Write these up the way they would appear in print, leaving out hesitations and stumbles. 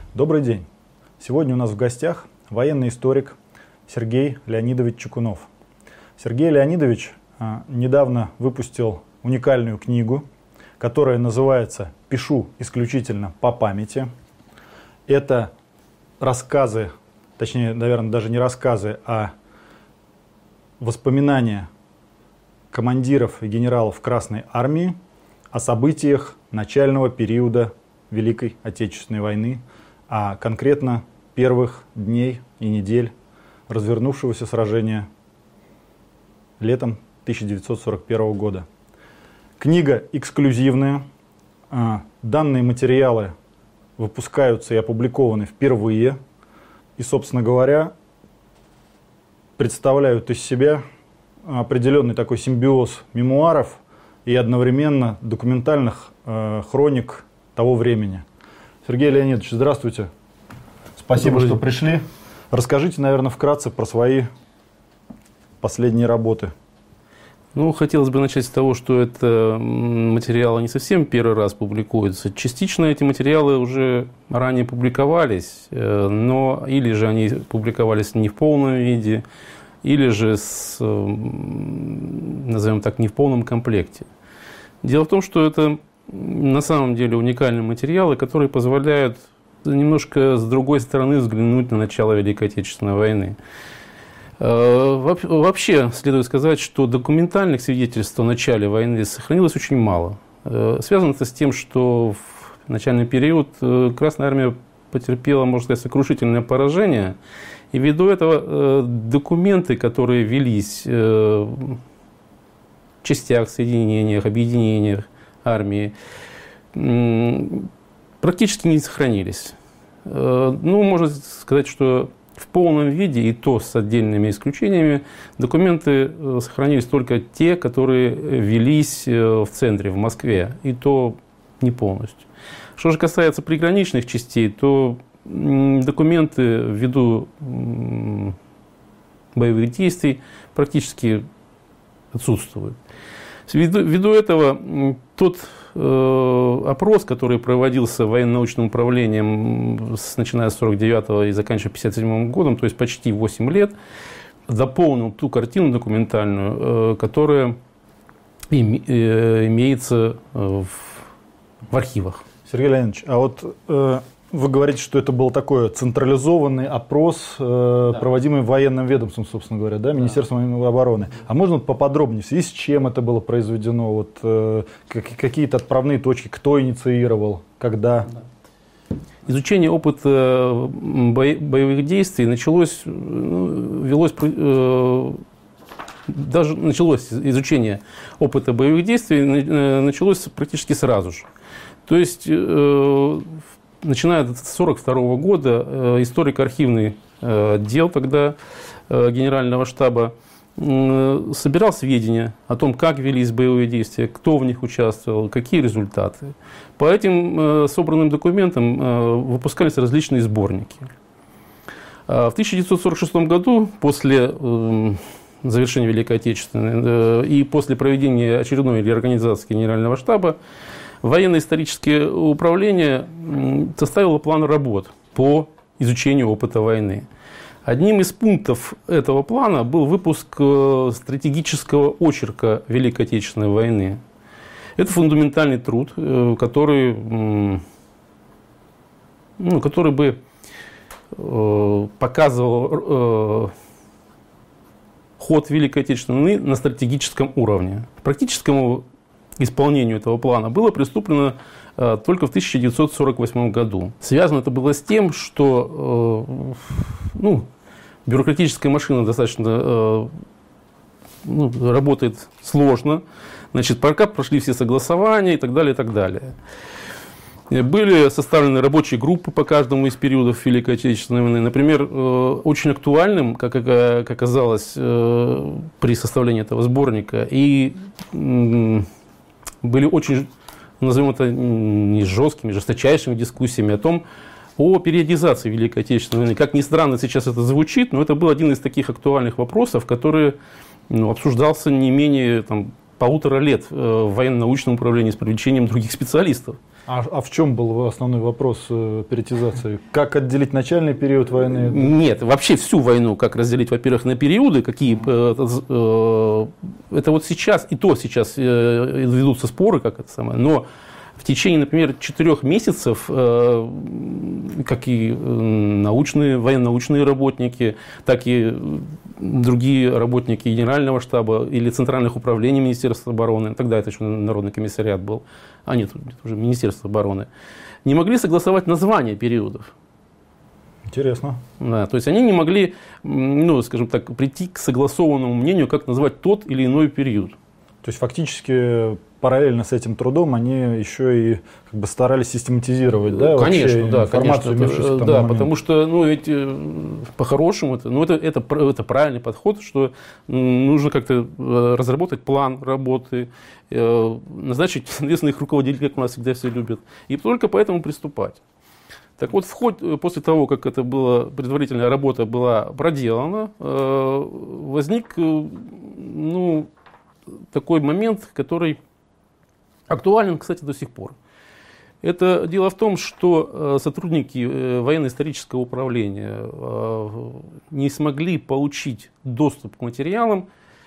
Добрый день. Сегодня у нас в гостях военный историк Сергей Леонидович Чекунов. Сергей Леонидович недавно выпустил уникальную книгу, которая называется «Пишу исключительно по памяти». Это рассказы, точнее, наверное, даже не рассказы, а воспоминания командиров и генералов Красной Армии о событиях начального периода Великой Отечественной войны, а конкретно первых дней и недель развернувшегося сражения летом 1941 года. Книга эксклюзивная. Данные материалы выпускаются и опубликованы впервые. И, собственно говоря, представляют из себя определенный такой симбиоз мемуаров и одновременно документальных хроник того времени. Сергей Леонидович, здравствуйте. Спасибо, что пришли. Расскажите, наверное, вкратце про свои последние работы. Ну, хотелось бы начать с того, что это материалы не совсем первый раз публикуются. Частично эти материалы уже ранее публиковались, но или же они публиковались не в полном виде, или же, назовем так, не в полном комплекте. Дело в том, что это на самом деле уникальные материалы, которые позволяют немножко с другой стороны взглянуть на начало Великой Отечественной войны. Вообще, следует сказать, что документальных свидетельств о начале войны сохранилось очень мало. Связано это с тем, что в начальный период Красная Армия потерпела, можно сказать, сокрушительное поражение. И ввиду этого документы, которые велись в частях, соединениях, объединениях армии, практически не сохранились. Ну, можно сказать, что в полном виде, и то с отдельными исключениями, документы сохранились только те, которые велись в центре, в Москве, и то не полностью. Что же касается приграничных частей, то документы ввиду боевых действий практически отсутствуют. Ввиду этого тот опрос, который проводился военно-научным управлением, начиная с 1949 и заканчивая 1957 годом, то есть почти 8 лет, дополнил ту картину документальную, которая имеется в архивах. Сергей Леонидович, а вот вы говорите, что это был такой централизованный опрос, проводимый военным ведомством, собственно говоря, да, Министерством обороны. А можно поподробнее, в связи с чем это было произведено, вот, какие-то отправные точки, кто инициировал, когда? Изучение опыта боевых действий началось изучение опыта боевых действий началось практически сразу же. То есть начиная с 1942 года историко-архивный отдел тогда Генерального штаба собирал сведения о том, как велись боевые действия, кто в них участвовал, какие результаты. По этим собранным документам выпускались различные сборники. В 1946 году, после завершения Великой Отечественной и после проведения очередной реорганизации Генерального штаба, военно-историческое управление составило план работ по изучению опыта войны. Одним из пунктов этого плана был выпуск стратегического очерка Великой Отечественной войны. Это фундаментальный труд, который бы показывал ход Великой Отечественной войны на стратегическом уровне. К практическому исполнению этого плана было приступлено только в 1948 году. Связано это было с тем, что бюрократическая машина достаточно работает сложно. Значит, пока прошли все согласования и так далее, и так далее. Были составлены рабочие группы по каждому из периодов Великой Отечественной войны. Например, очень актуальным, как оказалось при составлении этого сборника, и были очень, назовем это, не жесткими, жесточайшими дискуссиями о периодизации Великой Отечественной войны. Как ни странно сейчас это звучит, но это был один из таких актуальных вопросов, который обсуждался не менее 1,5 лет в военно-научном управлении с привлечением других специалистов. А в чем был основной вопрос периодизации? Как отделить начальный период войны? Нет, вообще всю войну, как разделить, во-первых, на периоды, какие это вот сейчас, и то сейчас ведутся споры, как это самое, но в течение, например, 4 месяцев, как и военно-научные работники, так и другие работники Генерального штаба или Центральных управлений Министерства обороны, тогда это еще Народный комиссариат был, а нет, уже Министерство обороны, не могли согласовать названия периодов. Интересно. Да, то есть они не могли, ну, скажем так, прийти к согласованному мнению, как назвать тот или иной период. То есть фактически параллельно с этим трудом они еще и как бы старались систематизировать, да, конечно, вообще да, информацию, конечно, да, потому что, ну, ведь по-хорошему это правильный подход, что нужно как-то разработать план работы, назначить известных руководителей, как у нас всегда все любят, и только поэтому приступать. Так вот, после того, как это была предварительная работа была проделана, возник, ну, такой момент, который актуален, кстати, до сих пор. Это дело в том, что сотрудники военно-исторического управления не смогли получить доступ к материалам,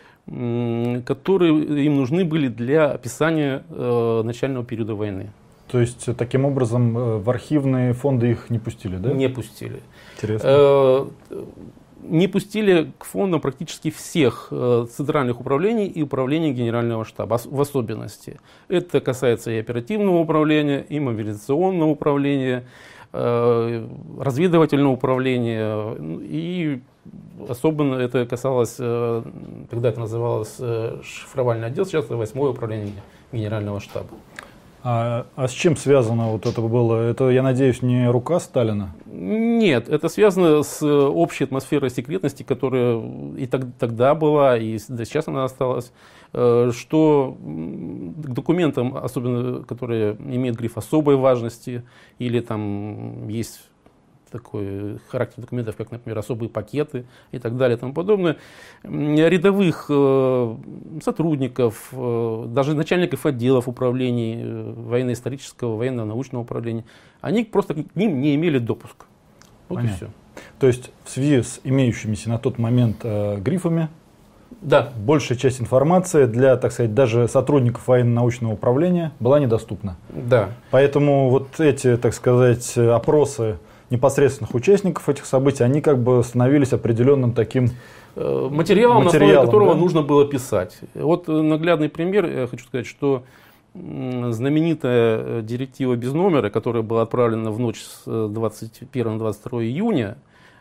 которые им нужны были для описания начального периода войны. То есть, таким образом, в архивные фонды их не пустили, да? Не пустили. Интересно. Не пустили к фондам практически всех центральных управлений и управлений Генерального штаба в особенности. Это касается и оперативного управления, и мобилизационного управления, разведывательного управления. И особенно это касалось, тогда это называлось шифровальный отдел, сейчас это 8-е управление Генерального штаба. А с чем связано вот это было? Это, я надеюсь, не рука Сталина? Нет, это связано с общей атмосферой секретности, которая и тогда была, и сейчас она осталась, что к документам, особенно которые имеют гриф особой важности, или там есть такой характер документов, как, например, особые пакеты и так далее и тому подобное, рядовых сотрудников, даже начальников отделов управлений военно-исторического, военно-научного управления, они просто к ним не имели допуска. Вот Понятно. И все. То есть в связи с имеющимися на тот момент грифами, да. Большая часть информации для, так сказать, даже сотрудников военно-научного управления была недоступна. Да. Поэтому вот эти, так сказать, опросы непосредственных участников этих событий, они как бы становились определенным таким материалом, на основе которого да? нужно было писать. Вот наглядный пример, я хочу сказать, что знаменитая директива без номера, которая была отправлена в ночь с 21 на 22 июня,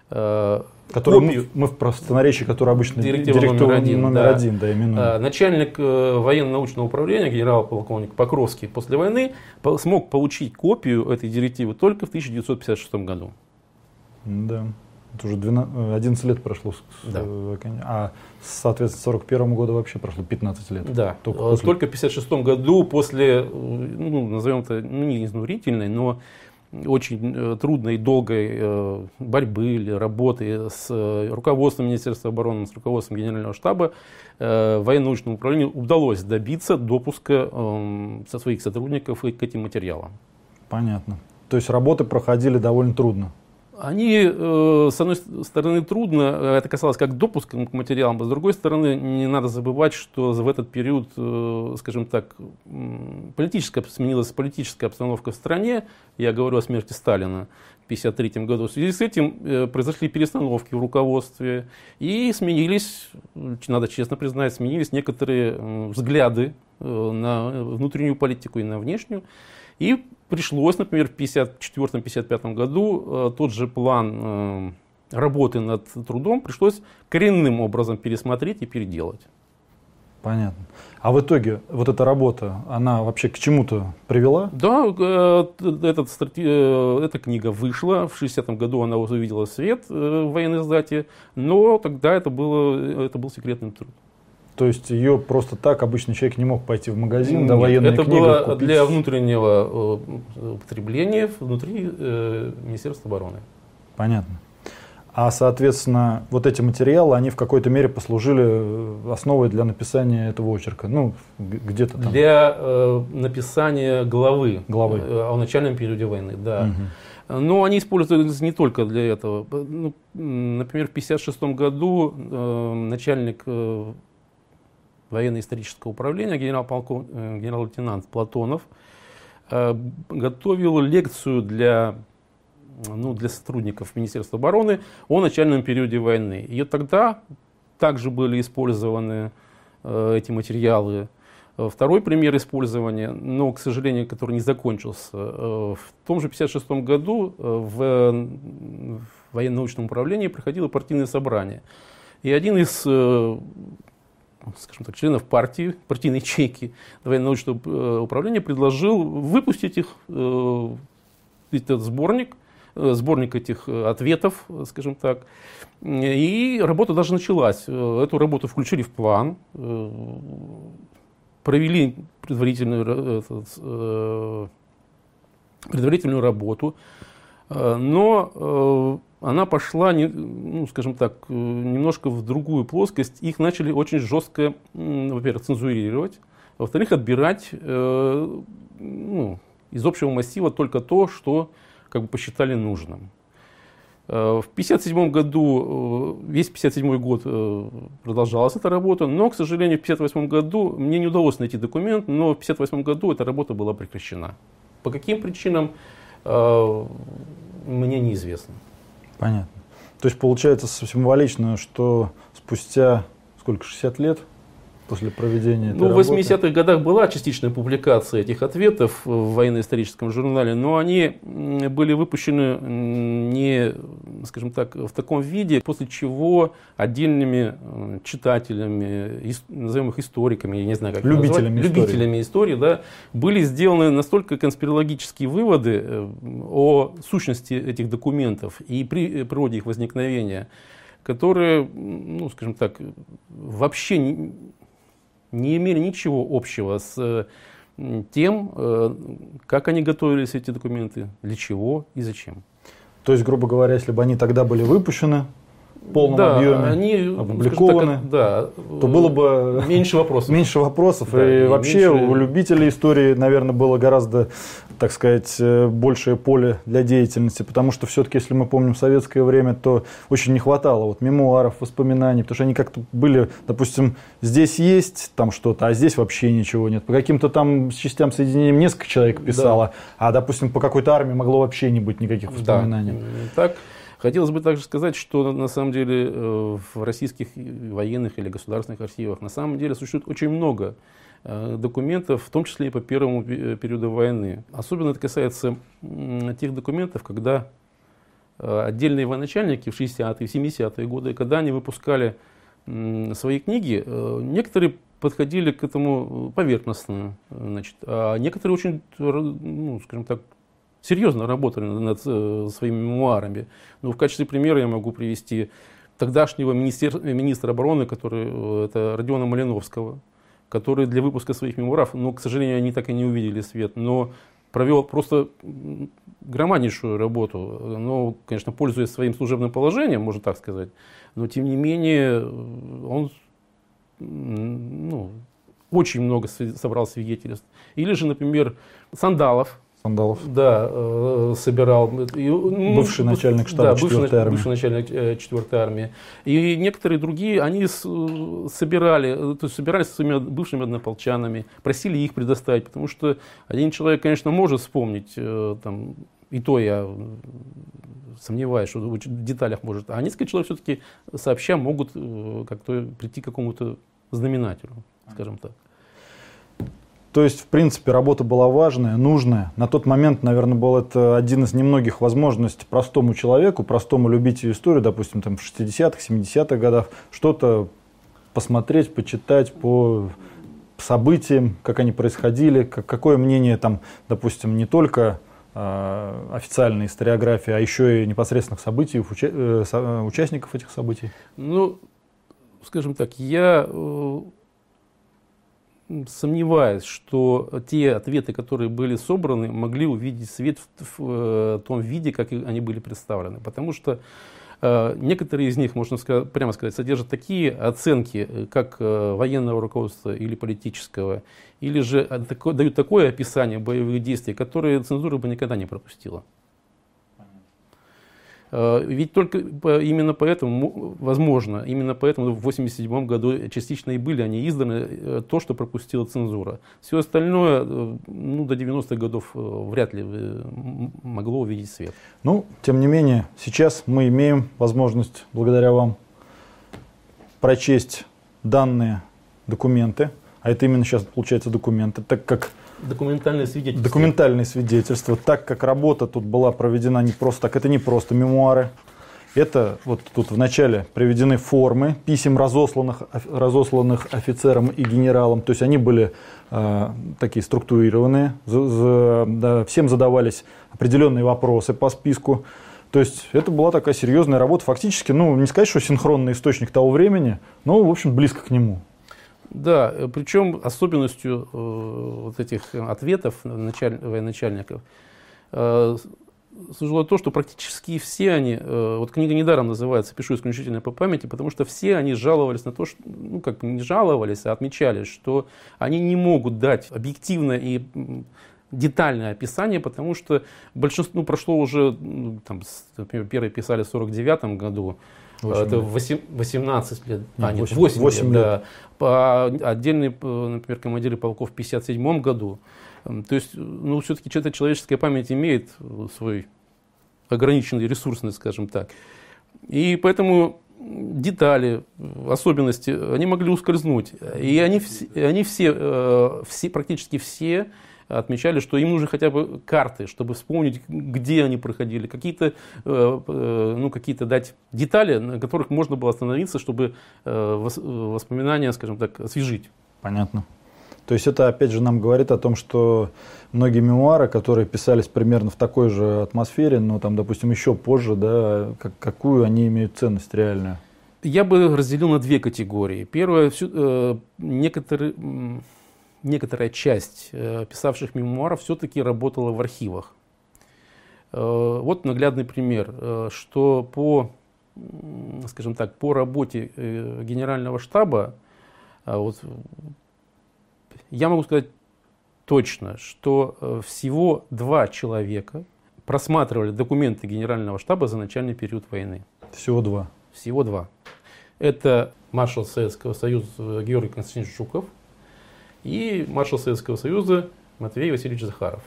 которую мы в простонаречии, который обычно директива номер один, да, именуем. Начальник военно-научного управления, генерал-полковник Покровский, после войны смог получить копию этой директивы только в 1956 году. Да, это уже 11 лет прошло. Да. А, соответственно, в 1941 году вообще прошло 15 лет. Да, только в 1956 году после, ну, назовем это, ну, не изнурительной, но очень трудной и долгой борьбы или работы с руководством Министерства обороны, с руководством Генерального штаба, военно-научному управлению удалось добиться допуска со своих сотрудников к этим материалам. Понятно. То есть работы проходили довольно трудно. Они, с одной стороны, трудно, это касалось как допуска к материалам, а с другой стороны, не надо забывать, что в этот период, скажем так, сменилась политическая обстановка в стране, я говорю о смерти Сталина в 1953 году, в связи с этим произошли перестановки в руководстве и сменились, надо честно признать, сменились некоторые взгляды на внутреннюю политику и на внешнюю. И пришлось, например, в 1954-1955 году тот же план работы над трудом пришлось коренным образом пересмотреть и переделать. Понятно. А в итоге вот эта работа, она вообще к чему-то привела? Да, эта книга вышла, в 60-м году она увидела свет в военноиздате, но тогда это был секретный труд. То есть ее просто так обычный человек не мог пойти в магазин, да, военные это книги было купить? Для внутреннего употребления внутри Министерства обороны. Понятно. А, соответственно, вот эти материалы, они в какой-то мере послужили основой для написания этого очерка. Ну, где-то там. Для написания главы Главы. О начальном периоде войны, да. Угу. Но они использовались не только для этого. Ну, например, в 1956 году начальник военно-исторического управления, генерал-лейтенант Платонов, готовил лекцию для сотрудников Министерства обороны о начальном периоде войны. И тогда также были использованы эти материалы. Второй пример использования, но, к сожалению, который не закончился, в том же 1956 году в военно-научном управлении проходило партийное собрание. И один из, скажем так, членов партии, партийной ячейки военно-научного управления предложил выпустить этот сборник этих ответов, скажем так. И работа даже началась. Эту работу включили в план, провели предварительную работу, но она пошла, скажем так, немножко в другую плоскость. Их начали очень жестко, во-первых, цензурировать, во-вторых, отбирать из общего массива только то, что как бы посчитали нужным. В 1957 году, весь 1957 год продолжалась эта работа, но, к сожалению, в 1958 году мне не удалось найти документ, но в 1958 году эта работа была прекращена. По каким причинам, мне неизвестно. Понятно. То есть получается символично, что спустя, 60 лет после проведения этой работы? В 80-х годах была частичная публикация этих ответов в военно-историческом журнале, но они были выпущены не, скажем так, в таком виде, после чего отдельными читателями, назовем их историками, я не знаю, как любителями истории, да, были сделаны настолько конспирологические выводы о сущности этих документов и природе их возникновения, которые, скажем так, вообще не имели ничего общего с тем, как они готовились, эти документы, для чего и зачем. То есть, грубо говоря, если бы они тогда были выпущены в полном объеме, они, опубликованы, то было бы меньше вопросов. Да, и вообще у любителей истории, наверное, было гораздо, так сказать, большее поле для деятельности, потому что все-таки, если мы помним советское время, то очень не хватало мемуаров, воспоминаний, потому что они как-то были, допустим, здесь есть там что-то, а здесь вообще ничего нет. По каким-то там частям соединениям несколько человек писало, да. А, допустим, по какой-то армии могло вообще не быть никаких воспоминаний. Да. Так. Хотелось бы также сказать, что на самом деле в российских военных или государственных архивах на самом деле существует очень много документов, в том числе и по первому периоду войны. Особенно это касается тех документов, когда отдельные военачальники в 60-е, 70-е годы, когда они выпускали свои книги, некоторые подходили к этому поверхностно, а некоторые очень, скажем так, серьезно работали над своими мемуарами. В качестве примера я могу привести тогдашнего министра обороны, это Родиона Малиновского, который для выпуска своих мемуаров, к сожалению, они так и не увидели свет, но провел просто громаднейшую работу, конечно, пользуясь своим служебным положением, можно так сказать, но тем не менее он очень много собрал свидетельств. Или же, например, Сандалов. Да, собирал. Бывший начальник штаба 4-й армии. Бывший начальник 4-й армии. И некоторые другие, они собирали со своими бывшими однополчанами, просили их предоставить, потому что один человек, конечно, может вспомнить, и то я сомневаюсь, что в деталях может, а несколько человек все-таки сообща могут как-то прийти к какому-то знаменателю, скажем так. То есть, в принципе, работа была важная, нужная. На тот момент, наверное, был это один из немногих возможностей простому человеку, простому любителю истории, допустим, в 60-х, 70-х годах, что-то посмотреть, почитать по событиям, как они происходили, какое мнение, допустим, не только официальной историографии, а еще и непосредственных событий, участников этих событий. Скажем так, я сомневаюсь, что те ответы, которые были собраны, могли увидеть свет в том виде, как они были представлены. Потому что Некоторые из них, можно прямо сказать, содержат такие оценки, как военного руководства или политического, или же дают такое описание боевых действий, которое цензура бы никогда не пропустила. Ведь только именно поэтому, возможно, именно поэтому в 1987 году частично и были они изданы, то, что пропустила цензура. Все остальное, ну, до 90-х годов вряд ли могло увидеть свет. Ну, тем не менее, сейчас мы имеем возможность, благодаря вам, прочесть данные документы, а это именно сейчас получается документы, так как Документальное свидетельство. Документальные свидетельства, так как работа тут была проведена не просто так, это не просто мемуары. Это вот тут в начале приведены формы писем, разосланных офицерам и генералам. То есть они были такие структурированные, всем задавались определенные вопросы по списку. То есть это была такая серьезная работа. Фактически, ну не сказать, что синхронный источник того времени, но в общем близко к нему. Да, причем особенностью вот этих ответов военачальников служило то, что практически все они, вот книга недаром называется «Пишу исключительно по памяти», потому что все они жаловались на то, что, ну как не жаловались, а отмечали, что они не могут дать объективное и детальное описание, потому что большинство, ну, прошло уже, там, например, первые писали в 1949 году, это 18 лет, нет, 8 лет, да. Отдельные, например, командиры полков в 1957 году. То есть, ну, все-таки эта человеческая память имеет свой ограниченный ресурсность, скажем так. И поэтому детали, особенности, они могли ускользнуть. И они все, практически все, отмечали, что им нужны хотя бы карты, чтобы вспомнить, где они проходили, какие-то дать детали, на которых можно было остановиться, чтобы воспоминания, скажем так, освежить. Понятно. То есть это опять же нам говорит о том, что многие мемуары, которые писались примерно в такой же атмосфере, но там, допустим, еще позже, да, какую они имеют ценность реальную? Я бы разделил на две категории. Первое, некоторая часть писавших мемуаров все-таки работала в архивах. Вот наглядный пример, что скажем так, по работе Генерального штаба, вот, я могу сказать точно, что всего 2 человека просматривали документы Генерального штаба за начальный период войны. Всего 2? Всего 2. Это маршал Советского Союза Георгий Константинович Жуков и маршал Советского Союза Матвей Васильевич Захаров.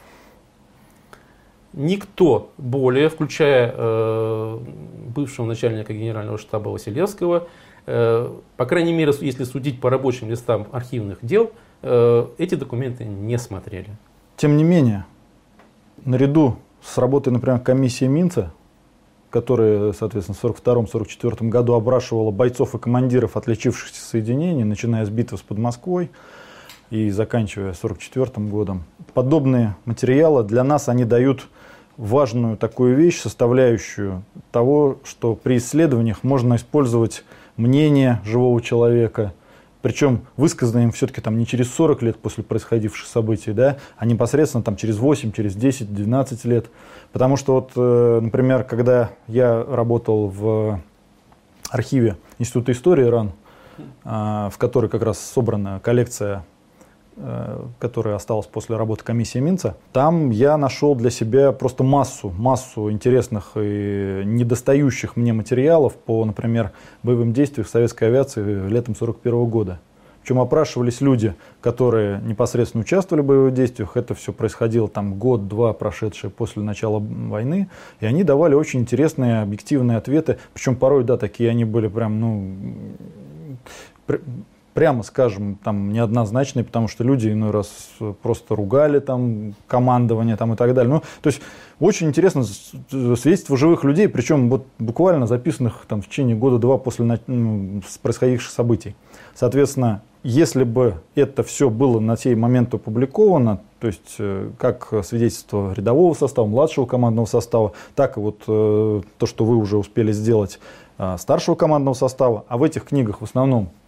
Никто более, включая бывшего начальника Генерального штаба Василевского, по крайней мере, если судить по рабочим листам архивных дел, эти документы не смотрели. Тем не менее, наряду с работой, например, комиссии Минца, которая, соответственно, в 1942-1944 году опрашивала бойцов и командиров отличившихся соединений, начиная с битвы под Москвой и заканчивая 1944 годом. Подобные материалы для нас они дают важную такую вещь, составляющую того, что при исследованиях можно использовать мнение живого человека, причем высказанное им все-таки там не через 40 лет после происходивших событий, да, а непосредственно там через 8, через 10, 12 лет. Потому что вот, например, когда я работал в архиве Института истории РАН, в которой как раз собрана коллекция, которая осталась после работы комиссии Минца, там я нашел для себя просто массу интересных и недостающих мне материалов по, например, боевым действиям советской авиации летом 1941 года. Причем опрашивались люди, которые непосредственно участвовали в боевых действиях. Это все происходило там год-два, прошедшие после начала войны. И они давали очень интересные, объективные ответы. Причем порой, да, такие они были прям, прямо скажем, там, неоднозначные, потому что люди иной раз просто ругали там командование там, и так далее. Ну, то есть очень интересно свидетельство живых людей, причем вот буквально записанных там, в течение года-два после происходивших событий. Соответственно, если бы это все было на сей момент опубликовано, то есть как свидетельство рядового состава, младшего командного состава, так и вот то, что вы уже успели сделать, старшего командного состава, а в этих книгах в основном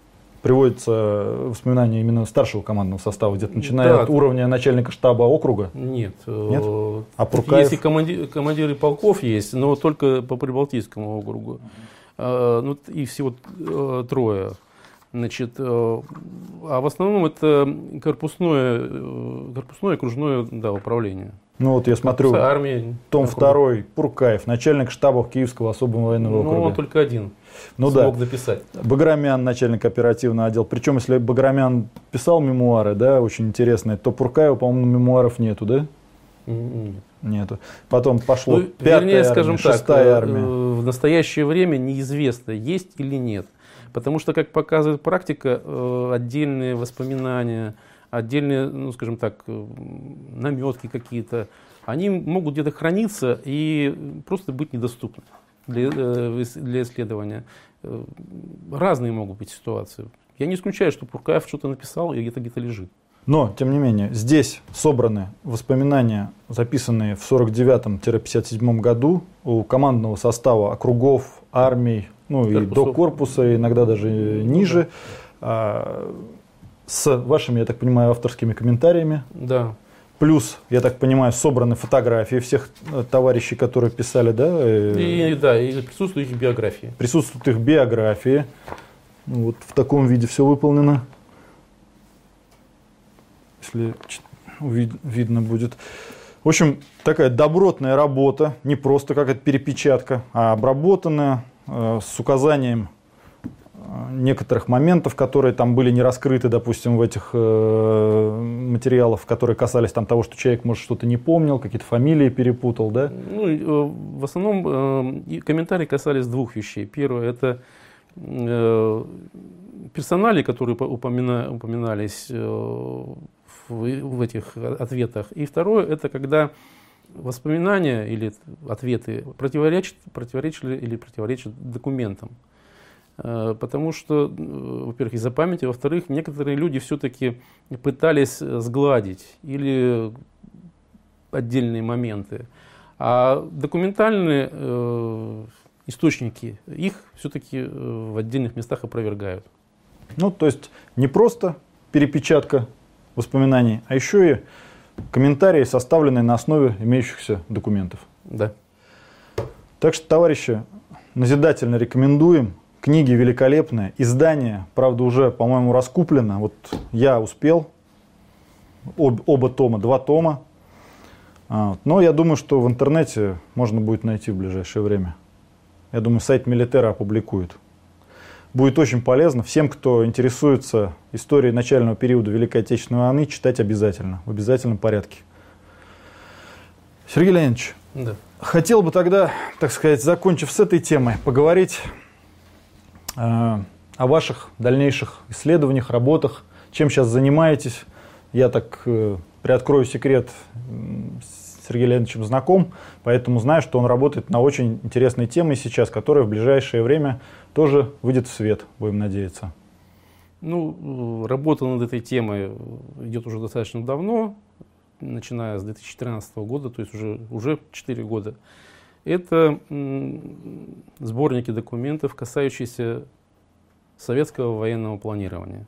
приводятся воспоминания именно старшего командного состава, где-то начиная от уровня начальника штаба округа? Нет. Нет? А Пуркаев? Если командиры полков есть, но только по Прибалтийскому округу. Ну, и всего 3. Значит, а в основном это корпусное окружное управление. Ну вот я смотрю, армии, том 2, Пуркаев, начальник штаба Киевского особого военного округа. Ну, он только один смог дописать. Баграмян, начальник оперативного отдела. Причем, если Баграмян писал мемуары, да, очень интересные, то Пуркаева, по-моему, мемуаров нету, да? Нету. Потом пошло 5-я армия, скажем 6-я армия. В настоящее время неизвестно, есть или нет. Потому что, как показывает практика, отдельные воспоминания, отдельные, ну, скажем так, наметки какие-то, они могут где-то храниться и просто быть недоступны для исследования. Разные могут быть ситуации. Я не исключаю, что Пуркаев что-то написал и где-то лежит. Но, тем не менее, здесь собраны воспоминания, записанные в 49-57 году у командного состава округов, армий, ну и до корпуса, иногда даже ниже, с вашими, я так понимаю, авторскими комментариями. Да. Плюс, я так понимаю, собраны фотографии всех товарищей, которые писали, да? И присутствуют их биографии. Присутствуют их биографии. Вот в таком виде все выполнено. Если видно будет. В общем, такая добротная работа, не просто какая-то перепечатка, а обработанная с указанием некоторых моментов, которые там были не раскрыты, допустим, в этих материалах, которые касались там того, что человек, может, что-то не помнил, какие-то фамилии перепутал, да? Ну, в основном комментарии касались 2 вещей. Первое – это персонали, которые упоминались в этих ответах. И второе – это когда воспоминания или ответы противоречат документам. Потому что, во-первых, из-за памяти, во-вторых, некоторые люди все-таки пытались сгладить или отдельные моменты. А документальные источники их все-таки в отдельных местах опровергают. Ну, то есть не просто перепечатка воспоминаний, а еще и комментарии, составленные на основе имеющихся документов. Да. Так что, товарищи, назидательно рекомендуем. Книги великолепные. Издание, правда, уже, по-моему, раскуплено. Вот я успел. Оба тома, 2 тома. Но я думаю, что в интернете можно будет найти в ближайшее время. Я думаю, сайт Милитера опубликует. Будет очень полезно. Всем, кто интересуется историей начального периода Великой Отечественной войны, читать обязательно. В обязательном порядке. Сергей Леонидович, да. Хотел бы тогда, так сказать, закончив с этой темой, поговорить о ваших дальнейших исследованиях, работах, чем сейчас занимаетесь. Я так приоткрою секрет, с Сергеем Леонидовичем знаком, поэтому знаю, что он работает на очень интересной теме сейчас, которая в ближайшее время тоже выйдет в свет, будем надеяться. Ну, работа над этой темой идет уже достаточно давно, начиная с 2013 года, то есть уже 4 года. Это сборники документов, касающиеся советского военного планирования.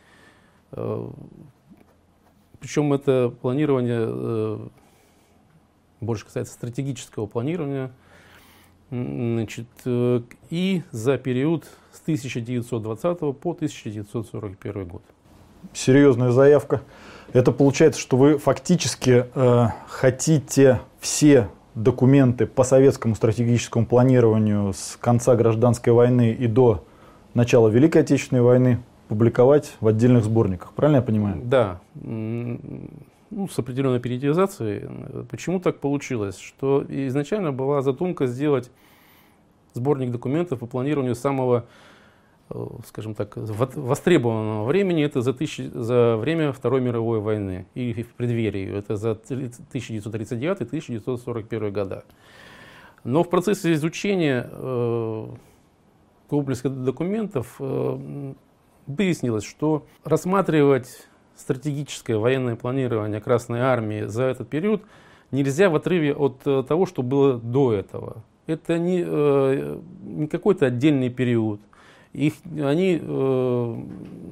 Причем это планирование больше касается стратегического планирования, значит, и за период с 1920 по 1941 год. Серьезная заявка. Это получается, что вы фактически хотите все документы по советскому стратегическому планированию с конца гражданской войны и до начала Великой Отечественной войны публиковать в отдельных сборниках. Правильно я понимаю? Да. Ну, с определенной периодизацией. Почему так получилось? Что изначально была задумка сделать сборник документов по планированию самого, скажем так, востребованного времени. Это за время Второй мировой войны и в преддверии. Это за 1939-1941 года. Но в процессе изучения комплекса документов выяснилось, что рассматривать стратегическое военное планирование Красной Армии за этот период нельзя в отрыве от того, что было до этого. Это не какой-то отдельный период. Они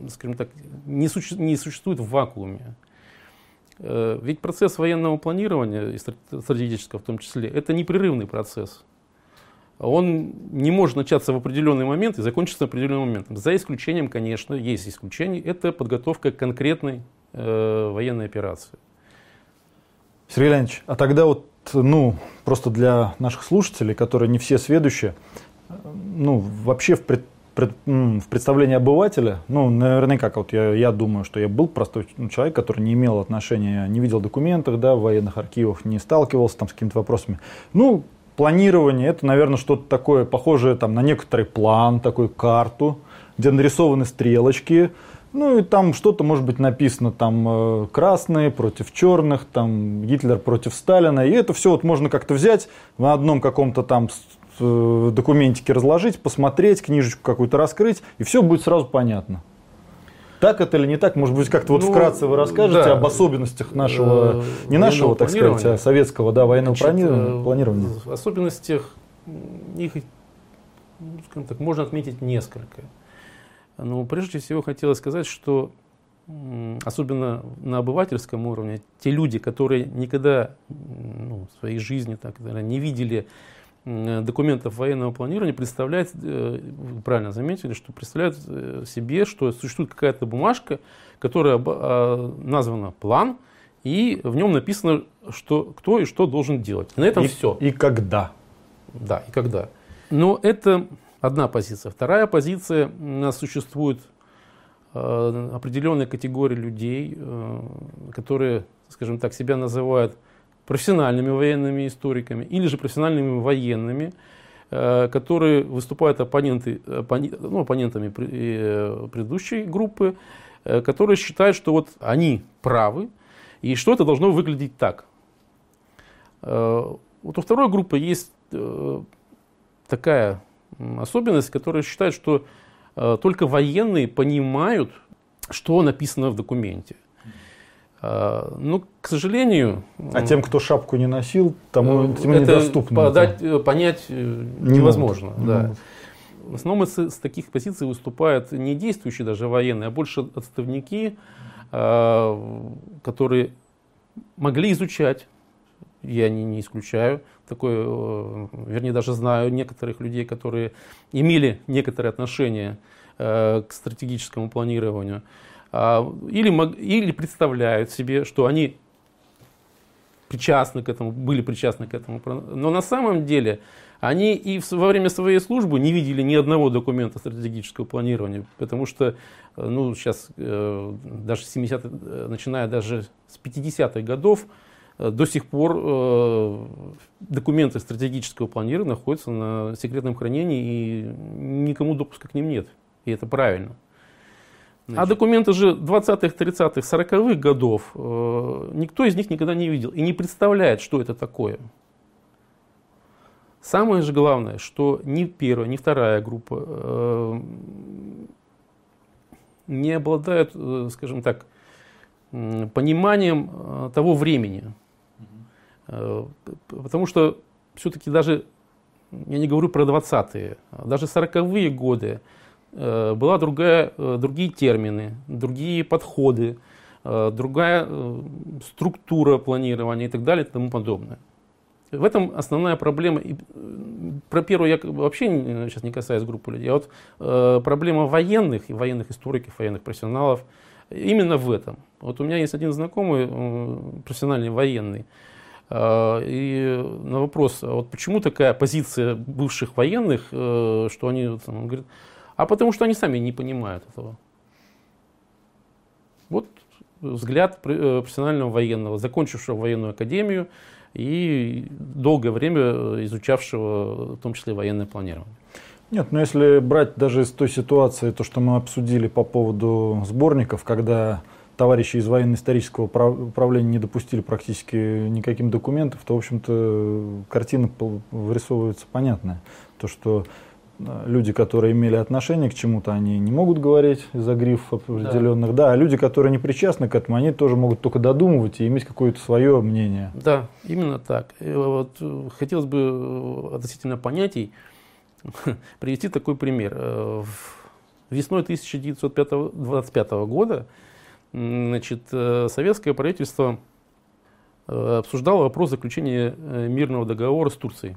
скажем так, не существует в вакууме. Ведь процесс военного планирования, и стратегического в том числе, это непрерывный процесс. Он не может начаться в определенный момент и закончиться в определенный момент. За исключением, конечно, есть исключения, это подготовка к конкретной военной операции. Сергей Леонидович, а тогда вот, просто для наших слушателей, которые не все сведущие, вообще в представлении обывателя, наверняка, вот я думаю, что я был простой человек, который не имел отношения, не видел документов, в военных архивах, не сталкивался там с какими-то вопросами. Планирование — это, наверное, что-то такое похожее на некоторый план, такую карту, где нарисованы стрелочки. И там что-то может быть написано, там красные против черных, там Гитлер против Сталина. И это все вот можно как-то взять в одном каком-то там документике разложить, посмотреть, книжечку какую-то раскрыть, и все будет сразу понятно. Так это или не так? Может быть, как-то вот вкратце вы расскажете об особенностях нашего, не нашего, так сказать, а советского военного планирования? В особенностях их, скажем так, можно отметить несколько. Но прежде всего хотелось сказать, что особенно на обывательском уровне, те люди, которые никогда в своей жизни не видели документов военного планирования, представляют, вы правильно заметили, что представляют себе, что существует какая-то бумажка, которая названа план, и в нем написано, что кто и что должен делать. И на этом все. И когда. Да, и когда. Но это одна позиция. Вторая позиция: у нас существует определенная категория людей, которые, скажем так, себя называют профессиональными военными историками или же профессиональными военными, которые выступают оппонентами предыдущей группы, которые считают, что вот они правы и что это должно выглядеть так. Вот у второй группы есть такая особенность, которая считает, что только военные понимают, что написано в документе. Но, к сожалению... А тем, кто шапку не носил, тому недоступно. Понять невозможно. Да. В основном с таких позиций выступают не действующие даже военные, а больше отставники, которые могли изучать, я не исключаю, вернее, даже знаю некоторых людей, которые имели некоторые отношения к стратегическому планированию, или представляют себе, что они причастны к этому, были причастны к этому. Но на самом деле они и во время своей службы не видели ни одного документа стратегического планирования, потому что сейчас даже 70-х, начиная даже с 50-х годов, до сих пор документы стратегического планирования находятся на секретном хранении, и никому допуска к ним нет. И это правильно. А документы же 20-х, 30-х, 40-х годов никто из них никогда не видел и не представляет, что это такое. Самое же главное, что ни первая, ни вторая группа не обладают, скажем так, пониманием того времени. Потому что все-таки даже, я не говорю про 20-е, даже 40-е годы была другие термины, другие подходы, другая структура планирования и так далее и тому подобное. В этом основная проблема. И про первую я вообще сейчас не касаюсь группы людей, а вот проблема военных и военных историков, военных профессионалов именно в этом. Вот у меня есть один знакомый, профессиональный военный, и на вопрос, вот почему такая позиция бывших военных, что они, он говорит, а потому что они сами не понимают этого. Вот взгляд профессионального военного, закончившего военную академию и долгое время изучавшего в том числе военное планирование. Нет, но если брать даже из той ситуации, то, что мы обсудили по поводу сборников, когда товарищи из военно-исторического управления не допустили практически никаких документов, то, в общем-то, картина вырисовывается понятная. То, что люди, которые имели отношение к чему-то, они не могут говорить из-за грифов определенных. Да, а люди, которые не причастны к этому, они тоже могут только додумывать и иметь какое-то свое мнение. Да, именно так. И вот хотелось бы относительно понятий привести такой пример. В весной 1925 года советское правительство обсуждало вопрос заключения мирного договора с Турцией.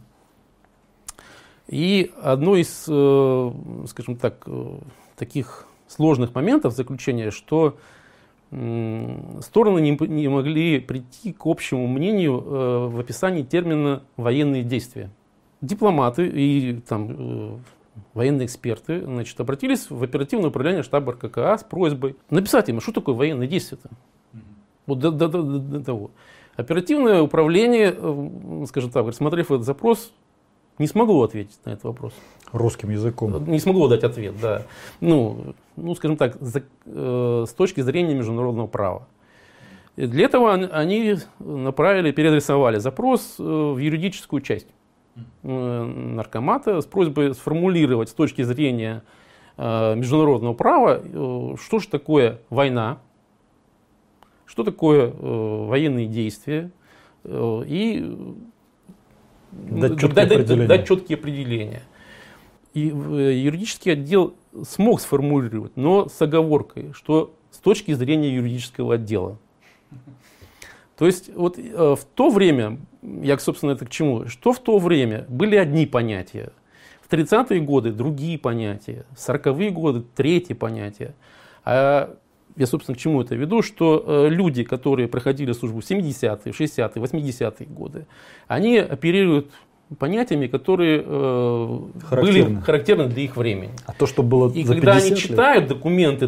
И одно из, скажем так, таких сложных моментов заключения, что стороны не могли прийти к общему мнению в описании термина «военные действия». Дипломаты и военные эксперты обратились в оперативное управление штаба РККА с просьбой написать им, что такое военные действия-то. Вот до того. Оперативное управление, скажем так, рассмотрев этот запрос, не смогло ответить на этот вопрос. Русским языком. Не смогло дать ответ, да. Скажем так, с точки зрения международного права. И для этого они переадресовали запрос в юридическую часть наркомата с просьбой сформулировать с точки зрения международного права, что же такое война, что такое военные действия, и дать четкие определения. И юридический отдел смог сформулировать, но с оговоркой, что с точки зрения юридического отдела. То есть вот в то время, собственно, это к чему, что в то время были одни понятия, в 30-е годы другие понятия, в 40-е годы третьи понятия. А я, собственно, к чему это веду, что люди, которые проходили службу в 70-е, 60-е, 80-е годы, они оперируют понятиями, которые были характерны для их времени. А то, что было и за когда 50 они лет? читают документы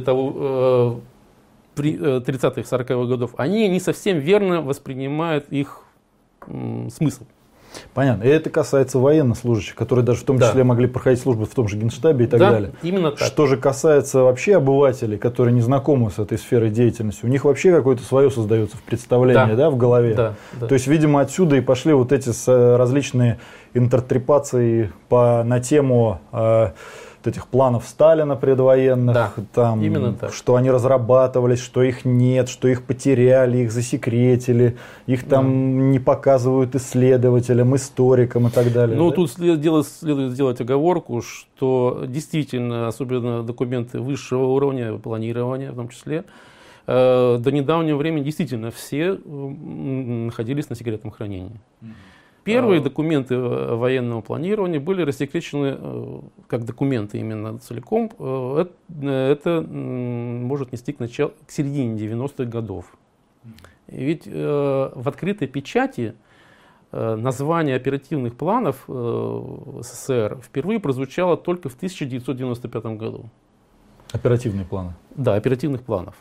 30-х, 40-х годов, они не совсем верно воспринимают их смысл. Понятно. И это касается военнослужащих, которые даже в том числе могли проходить службу в том же Генштабе и так далее. Именно так. Что же касается вообще обывателей, которые не знакомы с этой сферой деятельности, у них вообще какое-то свое создается представление, в голове. Да. То есть, видимо, отсюда и пошли вот эти различные интерпретации на тему этих планов Сталина предвоенных, именно так. Что они разрабатывались, что их нет, что их потеряли, их засекретили, их там не показывают исследователям, историкам и так далее. Тут следует сделать оговорку, что действительно, особенно документы высшего уровня планирования в том числе, до недавнего времени действительно все находились на секретном хранении. Первые документы военного планирования были рассекречены как документы именно целиком. Это может нести к середине 90-х годов. Ведь в открытой печати название оперативных планов СССР впервые прозвучало только в 1995 году. Оперативные планы? Да, оперативных планов.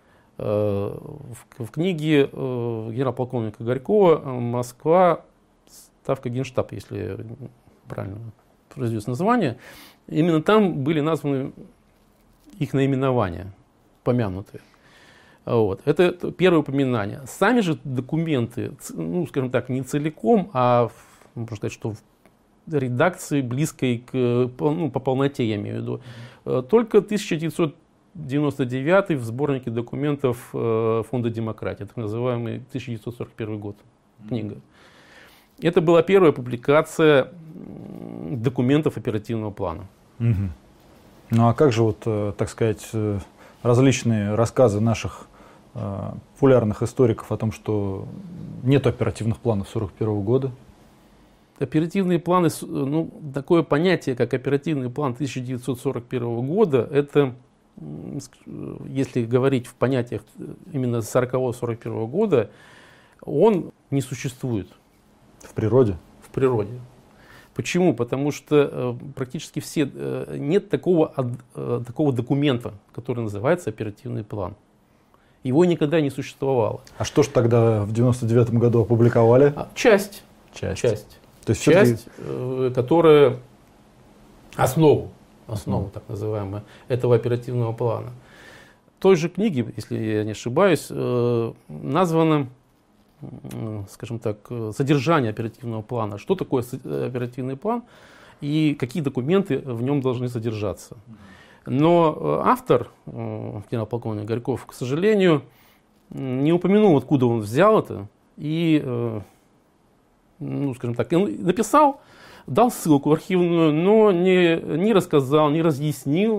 В книге генерал-полковника Горького «Москва. Ставка Генштаб», если правильно произнес название, именно там были названы их наименования, помянутые. Это первое упоминание. Сами же документы, скажем так, не целиком, а можно сказать, что в редакции близкой по полноте, я имею в виду, только 1999 в сборнике документов Фонда демократии, так называемый 1941 год, книга. Это была первая публикация документов оперативного плана. Угу. А как же так сказать, различные рассказы наших популярных историков о том, что нет оперативных планов 1941 года? Оперативные планы, такое понятие, как оперативный план 1941 года, это, если говорить в понятиях именно 1940-1941 года, он не существует. В природе? В природе. Почему? Потому что практически нет такого документа, который называется оперативный план. Его никогда не существовало. А что же тогда в 1999 году опубликовали? Часть. То есть часть, которая основу, так называемую, этого оперативного плана. В той же книге, если я не ошибаюсь, названо, скажем так, содержание оперативного плана. Что такое оперативный план и какие документы в нем должны содержаться. Но автор, генерал-полковник Горьков, к сожалению, не упомянул, откуда он взял это. И, скажем так, он написал, дал ссылку архивную, но не рассказал, не разъяснил,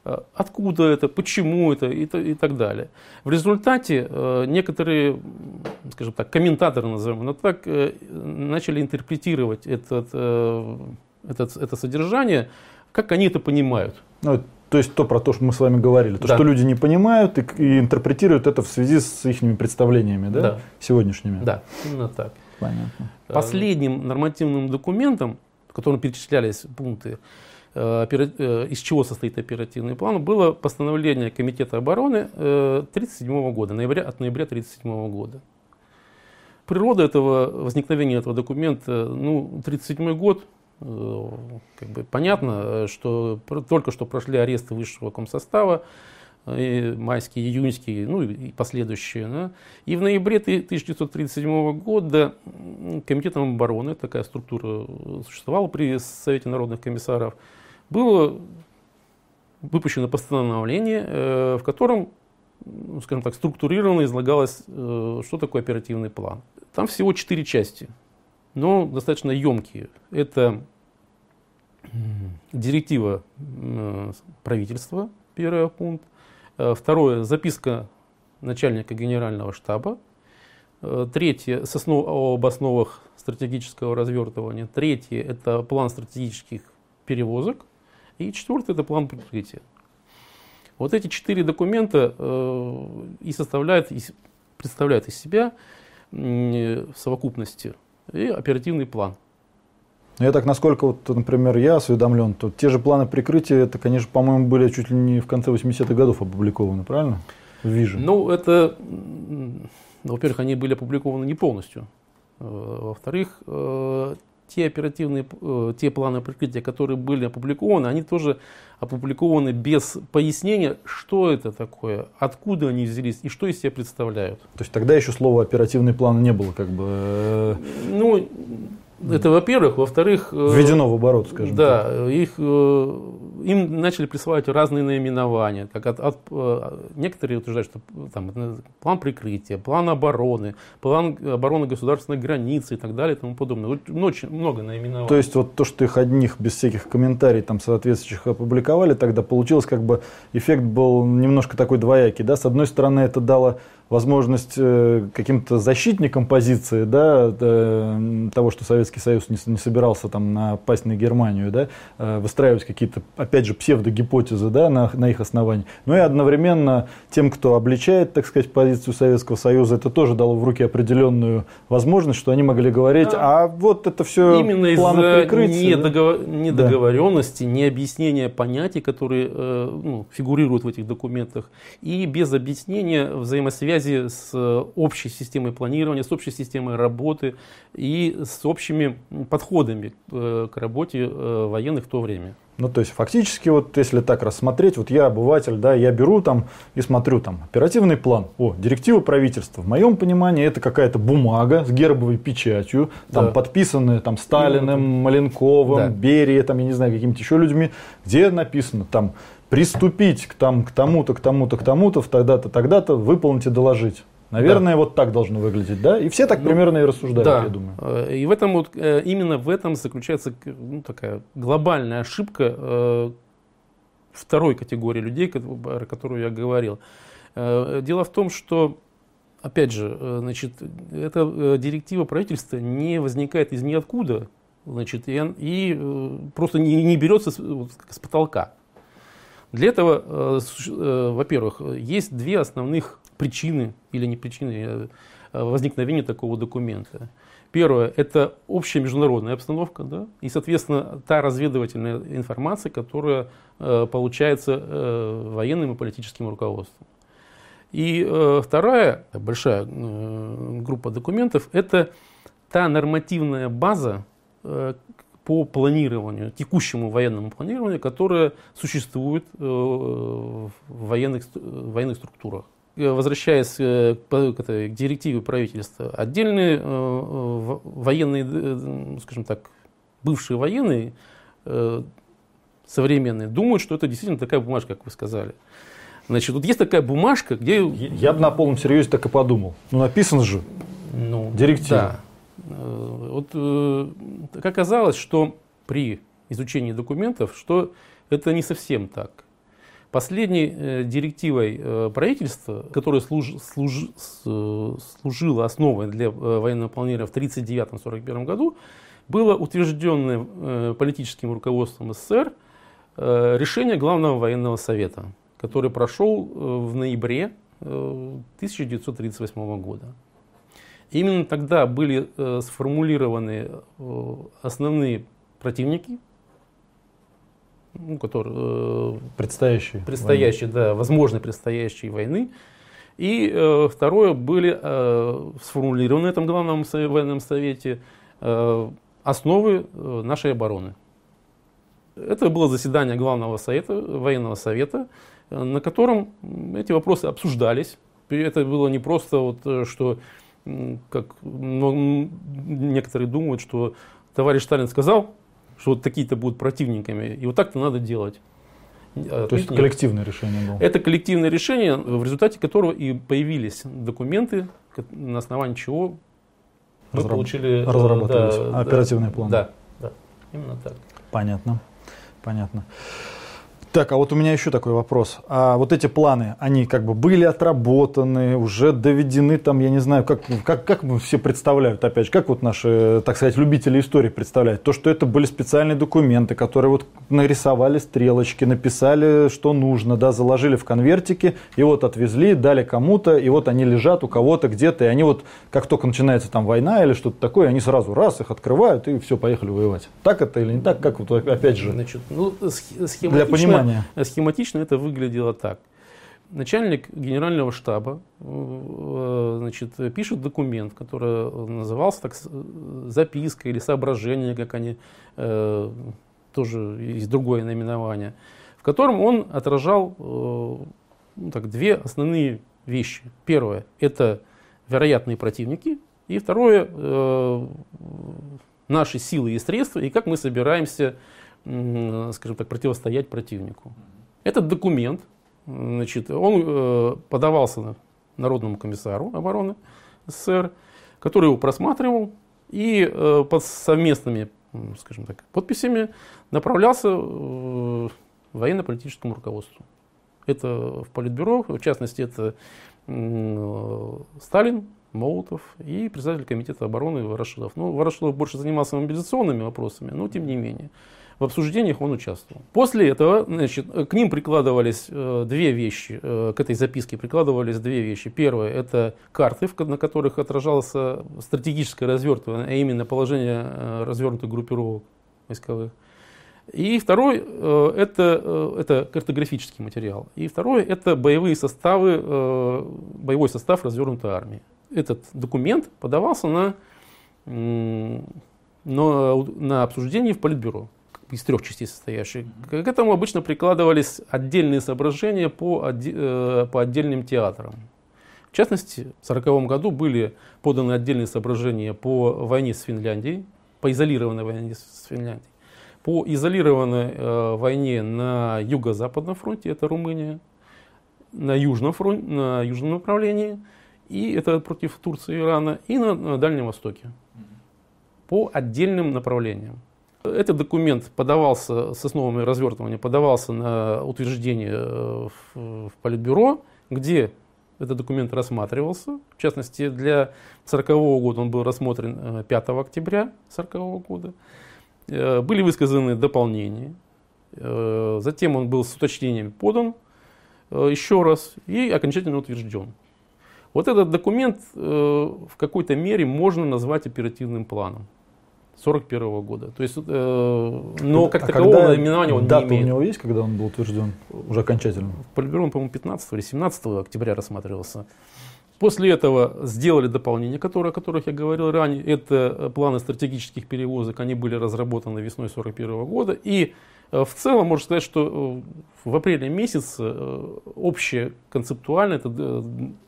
откуда это, почему это и так далее. В результате некоторые, скажем так, комментаторы, назовем это так, начали интерпретировать это содержание, как они это понимают. Ну, то есть про то, что мы с вами говорили, то, что люди не понимают и интерпретируют это в связи с их представлениями, да? Сегодняшними. Да, именно так. Понятно. Последним нормативным документом, в котором перечислялись пункты, из чего состоит оперативный план, было постановление Комитета обороны 1937 года, от ноября 1937 года. Природа возникновения этого документа, 1937 год, как бы понятно, что только что прошли аресты высшего комсостава, и майские, июньские, и последующие. Да? И в ноябре 1937 года Комитетом обороны, такая структура существовала при Совете народных комиссаров, было выпущено постановление, в котором, скажем так, структурированно излагалось, что такое оперативный план. Там всего 4 части, но достаточно емкие. Это директива правительства, первый пункт. Второе, записка начальника генерального штаба. Третье, об основах стратегического развертывания. Третье, это план стратегических перевозок. И четвертое, это план прикрытия. Вот эти 4 документа и представляют из себя в совокупности и оперативный план. Я так, насколько, например, я осведомлен, то те же планы прикрытия, это, конечно, по-моему, были чуть ли не в конце 80-х годов опубликованы, правильно? В Vision. Во-первых, они были опубликованы не полностью. Во-вторых, те планы прикрытия, которые были опубликованы, они тоже опубликованы без пояснения, что это такое, откуда они взялись и что из себя представляют. То есть тогда еще слова оперативный план не было, как бы. Это во-первых. Во-вторых, введено в оборот, скажем так. Да, им начали присваивать разные наименования. Некоторые утверждают, что там, план прикрытия, план обороны государственной границы и так далее и тому подобное. Очень много наименований. То есть то, что их одних без всяких комментариев там соответствующих опубликовали, тогда получилось, как бы эффект был немножко такой двоякий. Да? С одной стороны, это дало возможность каким-то защитникам позиции, да, того, что Советский Союз не собирался там напасть на Германию, да, выстраивать какие-то, опять же, псевдогипотезы, да, на их основании. Но и одновременно тем, кто обличает, так сказать, позицию Советского Союза, это тоже дало в руки определенную возможность, что они могли говорить, а вот это все именно планы прикрытия. Недоговоренности, необъяснения понятий, которые фигурируют в этих документах, и без объяснения взаимосвязи с общей системой планирования, с общей системой работы и с общими подходами к работе военных в то время. То есть, фактически, если так рассмотреть, я обыватель, да, я беру там и смотрю там оперативный план, директива правительства. В моем понимании это какая-то бумага с гербовой печатью, там подписанная там Сталиным, Маленковым, Берией, там, я не знаю, какими-то еще людьми, где написано там приступить к тому-то, в тогда-то, выполнить и доложить. Наверное, так должно выглядеть, да? И все так примерно и рассуждают, я думаю. И именно в этом заключается такая глобальная ошибка второй категории людей, о которой я говорил. Дело в том, что, опять же, эта директива правительства не возникает из ниоткуда, и просто не берется с потолка. Для этого, во-первых, есть 2 основных причины или не причины возникновения такого документа. Первое – это общая международная обстановка, да, и, соответственно, та разведывательная информация, которая получается военным и политическим руководством. И вторая большая группа документов – это та нормативная база по планированию, текущему военному планированию, которое существует в военных структурах. Возвращаясь к директиве правительства, отдельные военные, скажем так, бывшие военные, современные, думают, что это действительно такая бумажка, как вы сказали. Значит, есть такая бумажка, где... Я бы на полном серьезе так и подумал. Написано же. Директива. Да. Так оказалось, что при изучении документов, что это не совсем так. Последней директивой правительства, которая служила основой для военного планирования в 1939-1941 году, было утвержденное политическим руководством СССР решение Главного военного совета, который прошел в ноябре 1938 года. Именно тогда были сформулированы основные противники, которые предстоящие, да, возможно, предстоящие войны. И второе, были сформулированы в этом Главном военном совете основы нашей обороны. Это было заседание Главного военного совета, на котором эти вопросы обсуждались. Это было не просто, вот, что, как некоторые думают, что товарищ Сталин сказал, что вот такие-то будут противниками, и вот так-то надо делать. То есть коллективное решение было? Это коллективное решение, в результате которого и появились документы, на основании чего мы получили... Разрабатывались оперативные планы. Да, именно так. Понятно. Так, а вот у меня еще такой вопрос. А вот эти планы, они как бы были отработаны, уже доведены, там, я не знаю, как мы все представляют, опять же, как вот наши, так сказать, любители истории представляют? То, что это были специальные документы, которые вот нарисовали стрелочки, написали, что нужно, да, заложили в конвертики, и вот отвезли, дали кому-то, и вот они лежат у кого-то где-то, и они вот, как только начинается там война или что-то такое, они сразу раз их открывают, и все, поехали воевать. Так это или не так? Как вот, опять же, значит, для понимания. Схематично это выглядело так. Начальник генерального штаба значит, пишет документ, который назывался так, записка или соображение, как они, тоже есть другое наименование, в котором он отражал две основные вещи. Первое – это вероятные противники, и второе – наши силы и средства, и как мы собираемся, скажем так, противостоять противнику. Этот документ, значит, он подавался Народному комиссару обороны СССР, который его просматривал и под совместными, скажем так, подписями направлялся военно-политическому руководству. Это в Политбюро, в частности, это Сталин, Молотов и председатель комитета обороны Ворошилов. Ну, Ворошилов больше занимался мобилизационными вопросами, но тем не менее. В обсуждениях он участвовал. После этого, значит, к ним прикладывались две вещи, к этой записке прикладывались две вещи. Первое – это карты, на которых отражалось стратегическое развертывание, а именно положение развернутых группировок войсковых. И второй – это картографический материал. И второе – это боевой состав развернутой армии. Этот документ подавался на обсуждение в Политбюро, из трех частей состоящих. К этому обычно прикладывались отдельные соображения по отдельным театрам. В частности, в 1940 году были поданы отдельные соображения по войне с Финляндией, по изолированной войне с Финляндией, по изолированной войне на Юго-Западном фронте, это Румыния, на Южном фронте, на южном направлении, и это против Турции и Ирана, и на Дальнем Востоке, по отдельным направлениям. Этот документ подавался с основами развертывания, подавался на утверждение в Политбюро, где этот документ рассматривался. В частности, для 1940 года он был рассмотрен 5 октября 1940 года. Были высказаны дополнения. Затем он был с уточнениями подан еще раз и окончательно утвержден. Вот этот документ в какой-то мере можно назвать оперативным планом 1941 года. То есть, но как такового наименования он не имеет. Дата у него есть, когда он был утвержден уже окончательно? В Политбюро он, по-моему, 15 или 17 октября рассматривался. После этого сделали дополнения, о которых я говорил ранее. Это планы стратегических перевозок, они были разработаны весной 1941 года. И в целом, можно сказать, что в апреле месяце общее концептуально это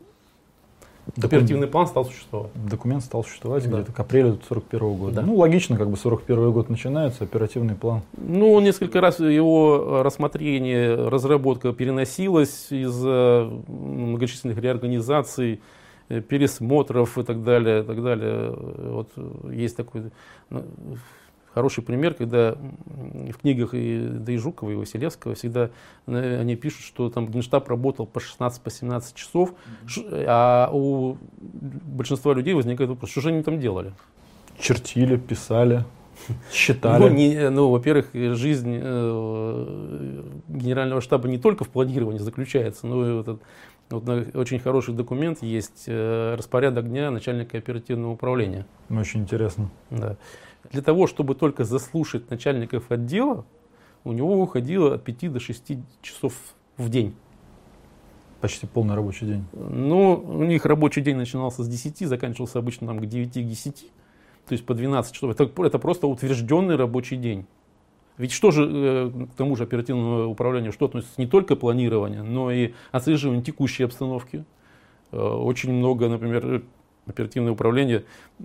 оперативный план стал существовать. Документ стал существовать где-то к апрелю 1941 года. Да. Ну, логично, как бы 1941 год начинается, оперативный план. Ну, несколько раз его рассмотрение, разработка переносилась из-за многочисленных реорганизаций, пересмотров и так далее. И так далее. Вот есть такой хороший пример, когда в книгах и Жукова, и Василевского всегда они пишут, что там Генштаб работал по 16-17 часов, а у большинства людей возникает вопрос, что же они там делали? Чертили, писали, считали. Во-первых, жизнь Генерального штаба не только в планировании заключается, но и очень хороший документ есть, распорядок дня начальника оперативного управления. Очень интересно. Да. Для того, чтобы только заслушать начальников отдела, у него уходило от 5 до 6 часов в день. Почти полный рабочий день. У них рабочий день начинался с 10, заканчивался обычно там, к 9, к 10, то есть по 12 часов. Это просто утвержденный рабочий день. Ведь что же к тому же оперативному управлению, что относится не только планирование, но и отслеживание текущей обстановки. Очень много, например, оперативное управление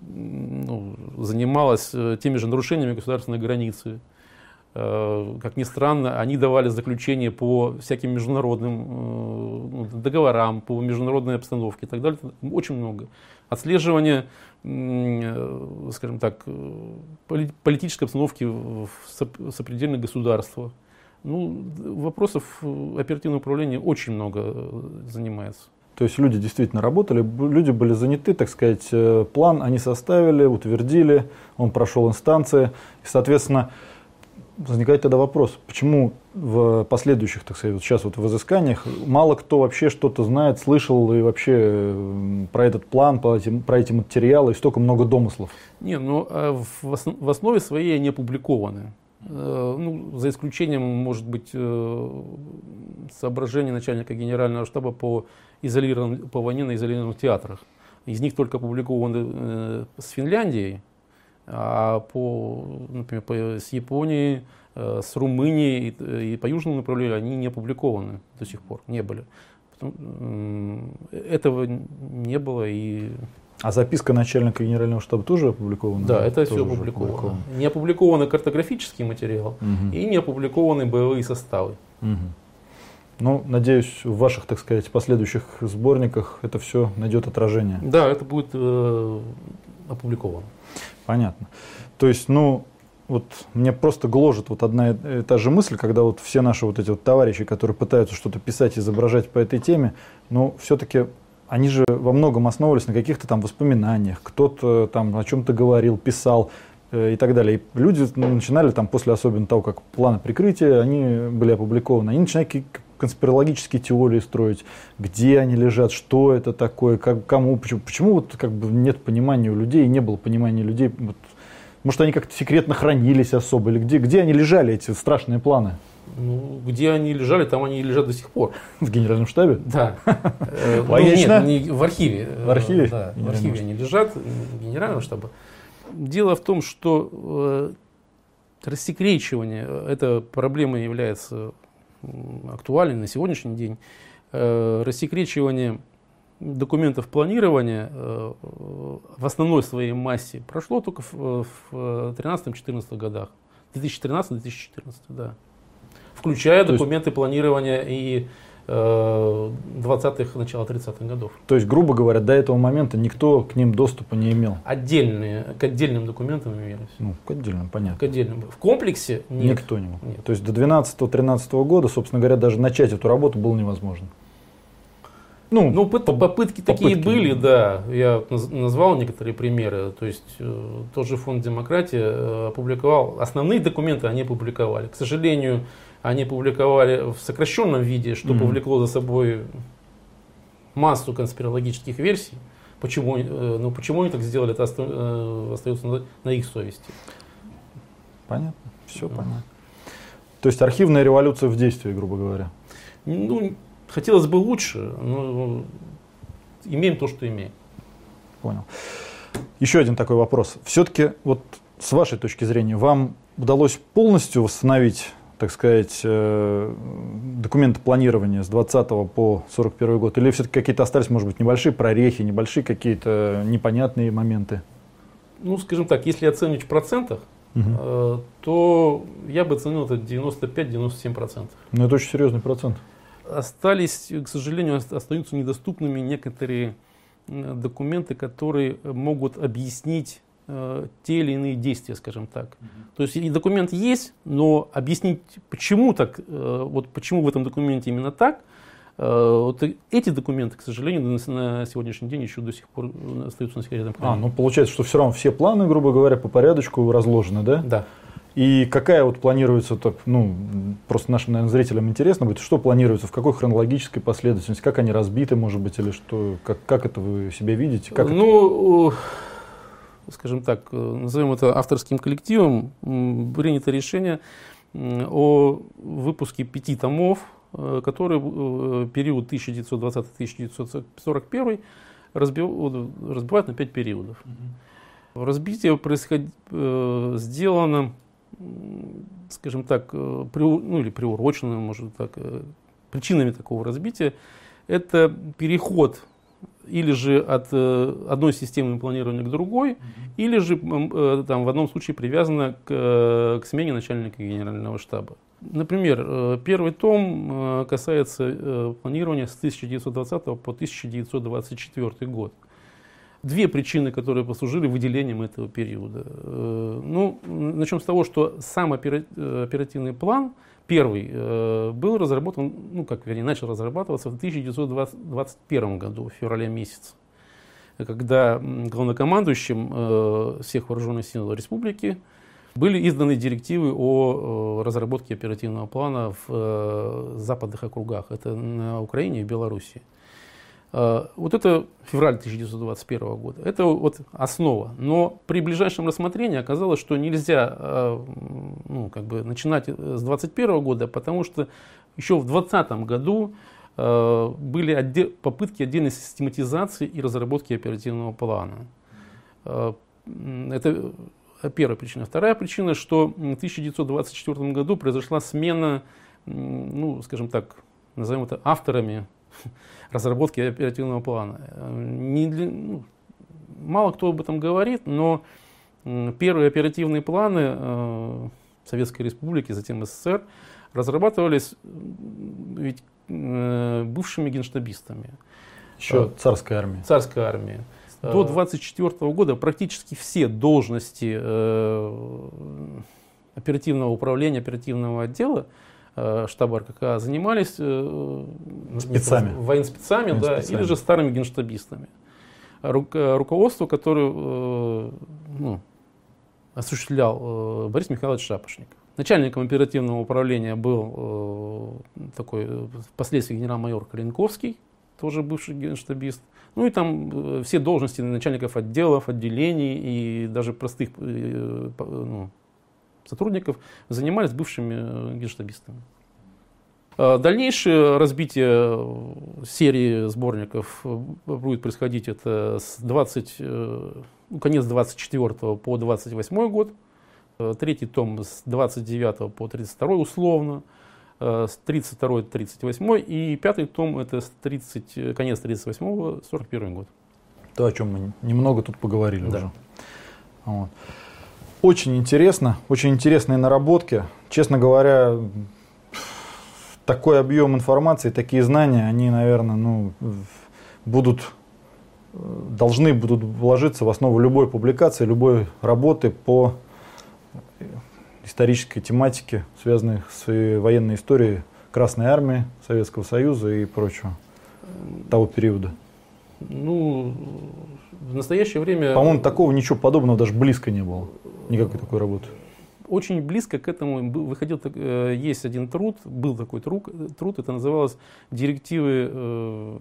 занималось теми же нарушениями государственной границы. Как ни странно, они давали заключения по всяким международным договорам, по международной обстановке и так далее. Очень много. Отслеживание, скажем так, политической обстановки в сопредельных государствах. Вопросов оперативного управления очень много занимается. То есть люди действительно работали, люди были заняты, так сказать, план они составили, утвердили, он прошел инстанции. И, соответственно, возникает тогда вопрос, почему в последующих, так сказать, сейчас в изысканиях мало кто вообще что-то знает, слышал и вообще про этот план, про эти материалы, и столько много домыслов? В основе своей они опубликованы. За исключением, может быть, соображений начальника Генерального штаба по войне на изолированных театрах. Из них только опубликованы с Финляндией, а например, с Японией, с Румынией и по южному направлению они не опубликованы до сих пор, не были. Этого не было. А записка начальника Генерального штаба тоже опубликована? Да, это все опубликовано. Не опубликованы картографический материал и не опубликованы боевые составы. Надеюсь, в ваших, так сказать, последующих сборниках это все найдет отражение. Да, это будет опубликовано. Понятно. То есть, мне просто гложет одна и та же мысль, когда все наши эти товарищи, которые пытаются что-то писать, изображать по этой теме, все-таки они же во многом основывались на каких-то там воспоминаниях, кто-то там о чем-то говорил, писал и так далее. И люди начинали после особенно того, как планы прикрытия, они были опубликованы, они начинали конспирологические теории строить, где они лежат, что это такое, кому, почему нет понимания у людей, не было понимания людей, может они как-то секретно хранились особо, или где они лежали, эти страшные планы? Где они лежали, там они и лежат до сих пор. В Генеральном штабе? Да. Нет, не в архиве. В архиве? Да, в архиве они лежат, Генерального штаба. Дело в том, что рассекречивание, эта проблема является актуальной на сегодняшний день. Рассекречивание документов планирования в основной своей массе прошло только в 2013-2014 годах. 2013-2014, да. Включая документы планирования и 20-х, начала 30-х годов. То есть, грубо говоря, до этого момента никто к ним доступа не имел? К отдельным документам имелись. К отдельным, понятно. К отдельным. В комплексе нет. Никто не мог. Нет. То есть до 12-13 года, собственно говоря, даже начать эту работу было невозможно. Попытки такие были, да. Я назвал некоторые примеры. То есть тот же фонд «Демократия» опубликовал. Основные документы они опубликовали. К сожалению, они публиковали в сокращенном виде, что повлекло за собой массу конспирологических версий. Почему они так сделали, это остается на их совести. Понятно, все понятно. То есть архивная революция в действии, грубо говоря. Хотелось бы лучше, но имеем то, что имеем. Понял. Еще один такой вопрос. Все-таки, с вашей точки зрения, вам удалось полностью восстановить, так сказать, документы планирования с 20 по 41 год? Или все-таки какие-то остались, может быть, небольшие прорехи, небольшие какие-то непонятные моменты? Скажем так, если оценивать в процентах, то я бы оценил это 95-97%. Это очень серьезный процент. Остались, к сожалению, остаются недоступными некоторые документы, которые могут объяснить те или иные действия, скажем так. То есть и документ есть, но объяснить, почему так, вот почему в этом документе именно так, вот эти документы, к сожалению, на сегодняшний день еще до сих пор остаются на секретном хранении. Ну получается, что все равно все планы, грубо говоря, по порядочку разложены, да? Да. И какая вот планируется, так, просто нашим, наверное, зрителям интересно будет, что планируется, в какой хронологической последовательности, как они разбиты, может быть, или что, как это вы себе видите? Скажем так, назовем это авторским коллективом, принято решение о выпуске 5 томов, которые период 1920-1941 разбивают на 5 периодов. Разбитие сделано, скажем так, или приурочено, может так, причинами такого разбития. Это переход или же от одной системы планирования к другой, или же там, в одном случае привязано к смене начальника генерального штаба. Например, первый том касается планирования с 1920 по 1924 год. Две причины, которые послужили выделением этого периода. Начнем с того, что сам оперативный план, первый, был разработан, начал разрабатываться в 1921 году, в феврале месяце, когда главнокомандующим всех вооруженных сил республики были изданы директивы о разработке оперативного плана в западных округах. Это на Украине и в Белоруссии. Вот это февраль 1921 года. Это вот основа. Но при ближайшем рассмотрении оказалось, что нельзя начинать с 1921 года, потому что еще в 2020 году были попытки отдельной систематизации и разработки оперативного плана. Это первая причина. Вторая причина, что в 1924 году произошла смена, скажем так, назовем это авторами разработки оперативного плана. Мало кто об этом говорит, но первые оперативные планы Советской Республики, затем СССР, разрабатывались ведь бывшими генштабистами. Еще царской армии. Царской армии. До 1924 года практически все должности оперативного управления, оперативного отдела штаба РККА занимались военспецами, да, или же старыми генштабистами. Руководство, которое осуществлял Борис Михайлович Шапошников. Начальником оперативного управления был такой впоследствии генерал-майор Калинковский, тоже бывший генштабист. И там все должности начальников отделов, отделений и даже простых сотрудников занимались бывшими генштабистами. Дальнейшее разбитие серии сборников будет происходить это с конец 24 по 28 год. Третий том с 29 по 32 условно, с 32 по 38 и пятый том это конец 38 41 год. То, о чем мы немного тут поговорили уже. Вот. Очень интересно, очень интересные наработки. Честно говоря, такой объем информации, такие знания, они, наверное, должны будут вложиться в основу любой публикации, любой работы по исторической тематике, связанной с военной историей Красной Армии, Советского Союза и прочего того периода. В настоящее время... По-моему, такого ничего подобного даже близко не было, никакой такой работы. Очень близко к этому есть один труд, был такой труд, это называлось «Директивы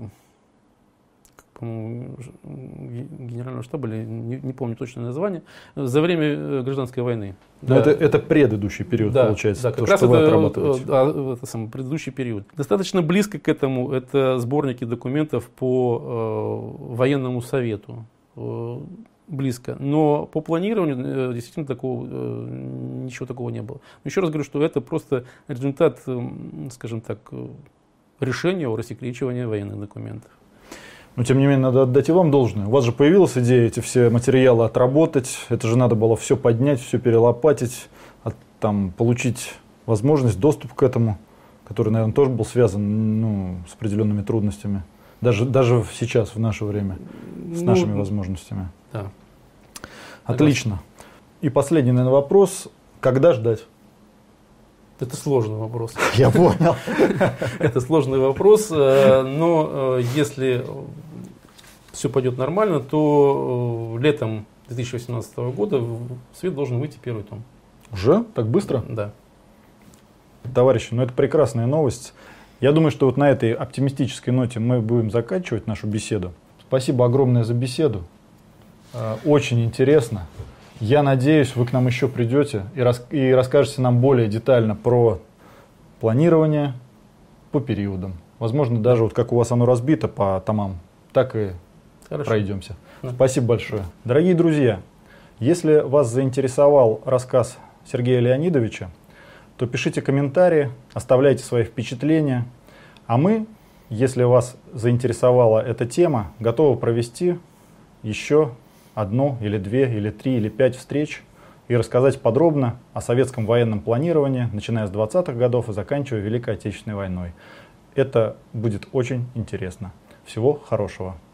Генерального штаба», или не помню точное название, за время гражданской войны. Да. Это предыдущий период, получается, да, как раз что вы отрабатываете. Это самый предыдущий период. Достаточно близко к этому это сборники документов по военному совету. Близко. Но по планированию действительно ничего такого не было. Но еще раз говорю, что это просто результат, скажем так, решения о рассекречивании военных документов. Но тем не менее, надо отдать и вам должное. У вас же появилась идея эти все материалы отработать. Это же надо было все поднять, все перелопатить, получить возможность, доступ к этому, который, наверное, тоже был связан с определенными трудностями. Даже сейчас, в наше время, с нашими возможностями. Да. Отлично. И последний, наверное, вопрос. Когда ждать? Это сложный вопрос. Я понял. Это сложный вопрос, но если все пойдет нормально, то летом 2018 года в свет должен выйти первый том. Уже? Так быстро? Да. Товарищи, ну это прекрасная новость. Я думаю, что вот на этой оптимистической ноте мы будем заканчивать нашу беседу. Спасибо огромное за беседу. Очень интересно. Я надеюсь, вы к нам еще придете и расскажете нам более детально про планирование по периодам. Возможно, даже вот как у вас оно разбито по томам, так и пройдемся. Да. Спасибо большое. Дорогие друзья, если вас заинтересовал рассказ Сергея Леонидовича, то пишите комментарии, оставляйте свои впечатления. А мы, если вас заинтересовала эта тема, готовы провести еще одну или две, или три, или 5 встреч и рассказать подробно о советском военном планировании, начиная с 20-х годов и заканчивая Великой Отечественной войной. Это будет очень интересно. Всего хорошего.